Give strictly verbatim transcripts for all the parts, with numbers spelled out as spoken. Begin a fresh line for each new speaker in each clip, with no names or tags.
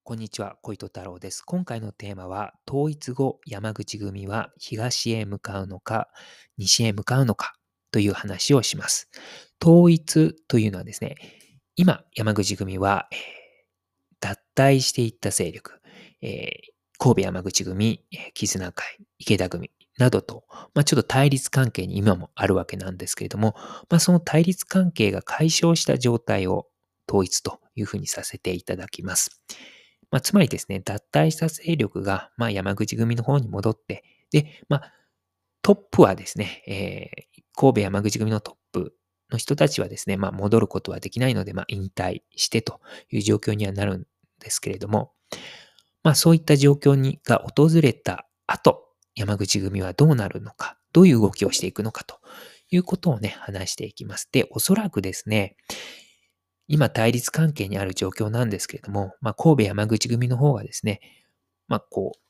こんにちは、小糸太郎です。今回のテーマは、統一後、山口組は東へ向かうのか、西へ向かうのかという話をします。統一というのはですね、今、山口組は、えー脱退していった勢力、えー神戸山口組、えー絆会、池田組などと、まあ、ちょっと対立関係に今もあるわけなんですけれども、まあ、その対立関係が解消した状態を統一というふうにさせていただきます。まあ、つまりですね、脱退した勢力が、まあ、山口組の方に戻って、で、まあ、トップはですね、えー神戸山口組のトップの人たちはですね、まあ、戻ることはできないので、まあ、引退してという状況にはなるんですけれども、まあ、そういった状況にが訪れた後、山口組はどうなるのか、どういう動きをしていくのかということをね、話していきます。で、おそらくですね、今対立関係にある状況なんですけれども、まあ、神戸山口組の方がですね、まあ、こう、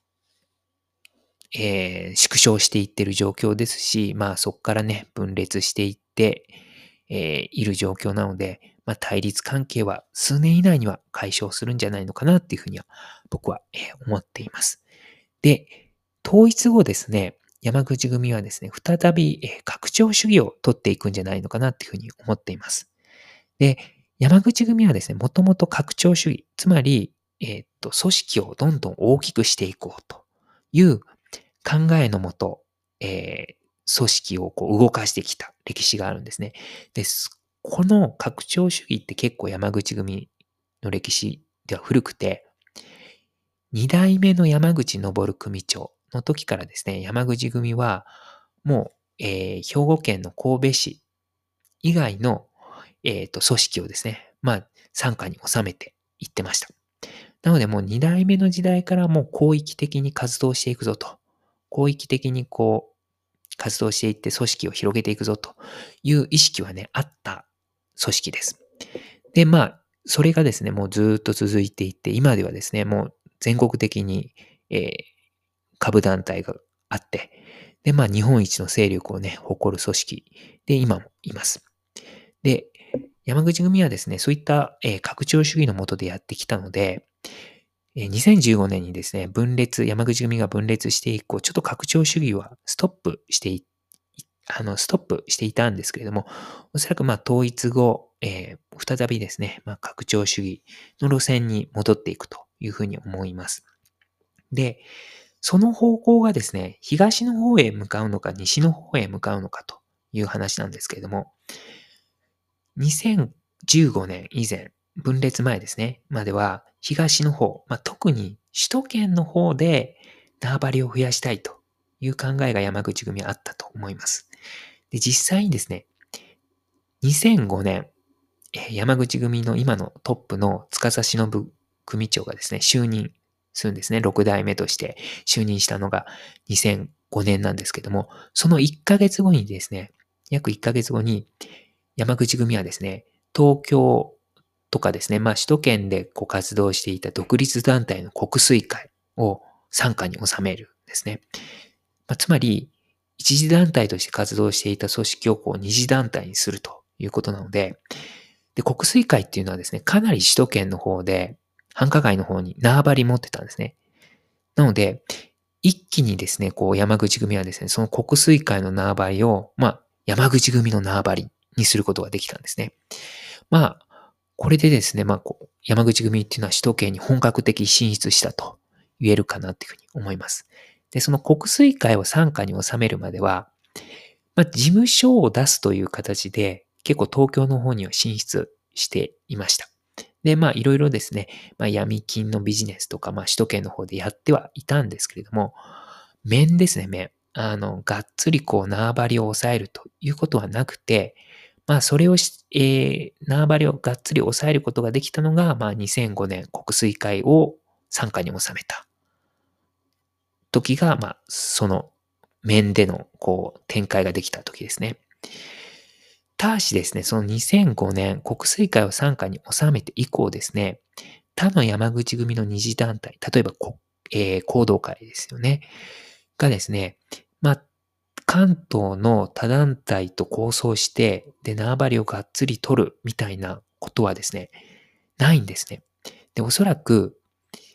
えー縮小していってる状況ですし、まあ、そこからね、分裂していって、えーいる状況なので、まあ、対立関係は数年以内には解消するんじゃないのかなっていうふうには、僕は、えー思っています。で、統一後ですね、山口組はですね、再び、えー拡張主義を取っていくんじゃないのかなっていうふうに思っています。で、山口組はですね、もともと拡張主義、つまり、えーっと、組織をどんどん大きくしていこうという考えのもと、えー組織をこう動かしてきた歴史があるんですね。です。この拡張主義って結構山口組の歴史では古くて、に代目の山口昇組長の時からですね、山口組はもう、えー兵庫県の神戸市以外の、えーと組織をですね、まあ、傘下に収めていってました。なのでもうに代目の時代からもう広域的に活動していくぞと。広域的にこう、活動していって組織を広げていくぞという意識はね、あった組織です。で、まあ、それがですね、もうずっと続いていって、今ではですね、もう全国的に、えー、下部団体があって、で、まあ、日本一の勢力をね、誇る組織で今もいます。で、山口組はですね、そういった、えー拡張主義のもとでやってきたので、えーにせんじゅうごねんにですね、分裂、山口組が分裂して以降、ちょっと拡張主義はストップしてい、あの、ストップしていたんですけれども、おそらくまあ統一後、えー再びですね、まあ拡張主義の路線に戻っていくというふうに思います。で、その方向がですね、東の方へ向かうのか、西の方へ向かうのかという話なんですけれども、にせんじゅうごねん以前、分裂前ですね、までは東の方、まあ、特に首都圏の方で縄張りを増やしたいという考えが山口組はあったと思います。で、実際にですね、にせんごねん、えー山口組の今のトップの司忍組長がですね、就任するんですね。ろく代目として就任したのがにせんごねんなんですけども、そのいっかげつごにですね、約いっかげつごに山口組はですね、東京とかですね、まあ首都圏でこう活動していた独立団体の国粋会を傘下に収めるんですね。まあ、つまり、一次団体として活動していた組織をこう二次団体にするということなので、で、国粋会っていうのはですね、かなり首都圏の方で、繁華街の方に縄張り持ってたんですね。なので、一気にですね、こう山口組はですね、その国粋会の縄張りを、まあ、山口組の縄張りにすることができたんですね。まあ、これでですね、まあ、こう山口組っていうのは首都圏に本格的進出したと言えるかなっていうふうに思います。で、その国粋会を傘下に収めるまでは、まあ、事務所を出すという形で、結構東京の方には進出していました。で、まあ、いろいろですね、まあ、闇金のビジネスとか、まあ、首都圏の方でやってはいたんですけれども、面ですね、面。あの、がっつりこう、縄張りを抑えるということはなくて、まあ、それをし、えー、縄張りをがっつり抑えることができたのが、まあ、にせんごねん国粋会を傘下に収めた時が、まあ、その面での、こう、展開ができた時ですね。ただしですね、そのにせんごねん国粋会を傘下に収めて以降ですね、他の山口組の二次団体、例えばこ、えー、行動会ですよね。がですね、まあ、関東の他団体と構想して、で、縄張りをがっつり取るみたいなことはですね、ないんですね。で、おそらく、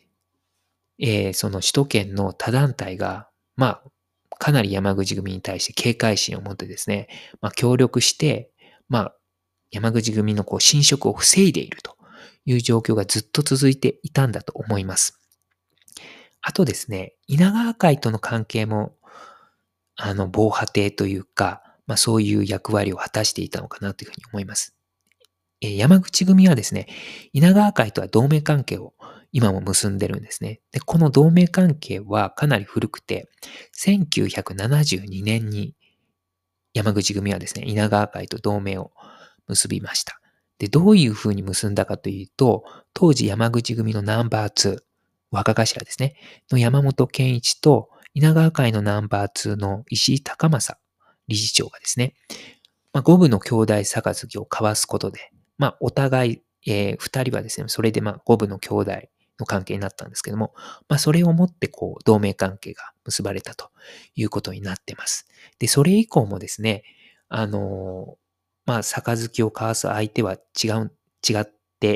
えーその首都圏の他団体が、まあ、かなり山口組に対して警戒心を持ってですね、まあ、協力して、まあ、山口組のこう侵食を防いでいるという状況がずっと続いていたんだと思います。あとですね、稲川会との関係も、あの、防波堤というか、まあ、そういう役割を果たしていたのかなというふうに思います。えー山口組はですね、稲川会とは同盟関係を今も結んでるんですね。で、この同盟関係はかなり古くて、せんきゅうひゃくななじゅうにねんに山口組はですね、稲川会と同盟を結びました。で、どういうふうに結んだかというと、当時山口組のナンバーツー、若頭ですね、の山本健一と稲川会のナンバーツーの石井隆正理事長がですね、まあ、五部の兄弟杯を交わすことで、まあ、お互い、えー、二人はですね、それでまあ、五部の兄弟の関係になったんですけども、まあ、それをもってこう、同盟関係が結ばれたということになってます。で、それ以降もですね、あのーまあ、杯を交わす相手は違う、違って、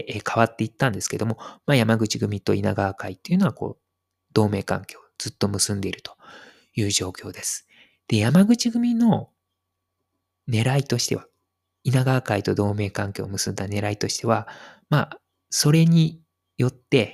えー変わっていったんですけども、まあ、山口組と稲川会っていうのは、こう、同盟関係をずっと結んでいるという状況です。で、山口組の狙いとしては、稲川会と同盟関係を結んだ狙いとしては、まあ、それによって、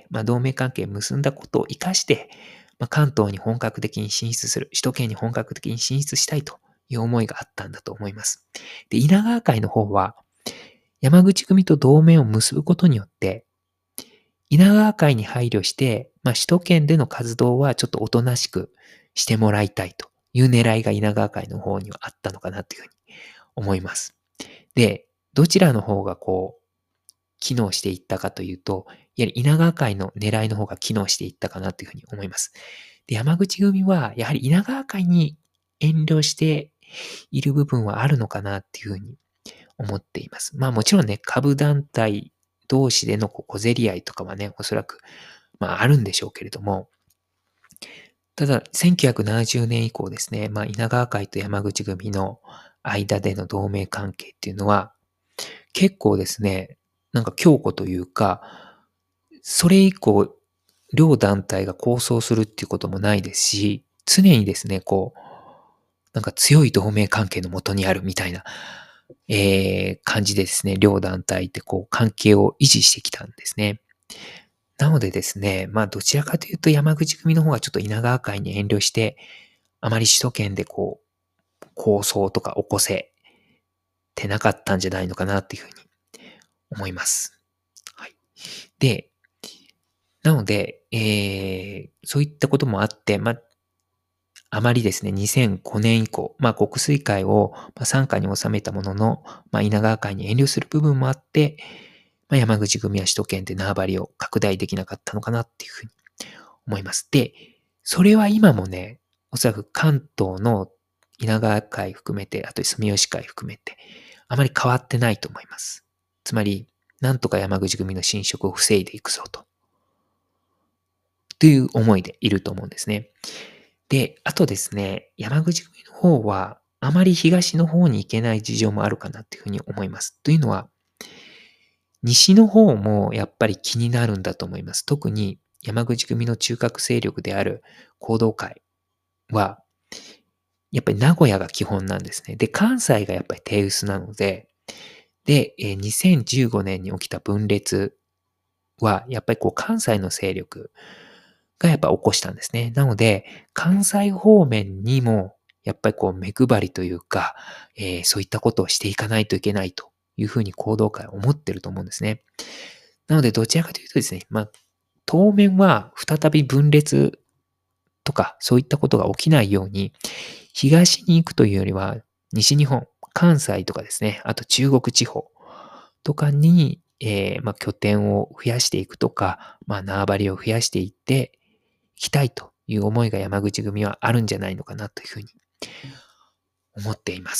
まあ、同盟関係を結んだことを活かして、まあ、関東に本格的に進出する、首都圏に本格的に進出したいという思いがあったんだと思います。で、稲川会の方は、山口組と同盟を結ぶことによって、稲川会に配慮して、まあ、首都圏での活動はちょっとおとなしくしてもらいたいという狙いが稲川会の方にはあったのかなというふうに思います。で、どちらの方がこう、機能していったかというと、やはり稲川会の狙いの方が機能していったかなというふうに思います。で、山口組は、やはり稲川会に遠慮している部分はあるのかなっていうふうに思っています。まあもちろんね、株団体同士でのこう小競り合いとかはね、おそらく、まああるんでしょうけれども、ただ、せんきゅうひゃくななじゅうねん以降ですね、まあ稲川会と山口組の間での同盟関係っていうのは、結構ですね、なんか強固というか、それ以降、両団体が抗争するっていうこともないですし、常にですね、こう、なんか強い同盟関係のもとにあるみたいな、えー、感じでですね、両団体ってこう、関係を維持してきたんですね。なのでですね、まあ、どちらかというと山口組の方がちょっと稲川会に遠慮して、あまり首都圏でこう、抗争とか起こせてなかったんじゃないのかなっていうふうに思います。はい。で、なので、えー、そういったこともあって、まあ、あまりですね、にせんごねん以降、まあ、国水会を傘下に収めたものの、まあ、稲川会に遠慮する部分もあって、まあ、山口組は首都圏で縄張りを拡大できなかったのかなっていうふうに思います。で、それは今もね、おそらく関東の稲川会含めて、あと住吉会含めて、あまり変わってないと思います。つまり、なんとか山口組の侵食を防いでいくぞと。という思いでいると思うんですね。で、あとですね、山口組の方は、あまり東の方に行けない事情もあるかなというふうに思います。というのは、西の方もやっぱり気になるんだと思います。特に山口組の中核勢力である行動会は、やっぱり名古屋が基本なんですね。で、関西がやっぱり手薄なので、で、えーにせんじゅうごねんに起きた分裂は、やっぱりこう関西の勢力がやっぱ起こしたんですね。なので、関西方面にも、やっぱりこう目配りというか、えーそういったことをしていかないといけないというふうに行動会は思ってると思うんですね。なので、どちらかというとですね、まあ、当面は再び分裂とか、そういったことが起きないように、東に行くというよりは、西日本、関西とかですね、あと中国地方とかに、えーまあ、拠点を増やしていくとか、まあ、縄張りを増やしていっていきたいという思いが山口組はあるんじゃないのかなというふうに思っています。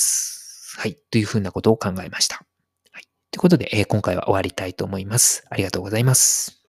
はい。というふうなことを考えました。はい。ということで、えー今回は終わりたいと思います。ありがとうございます。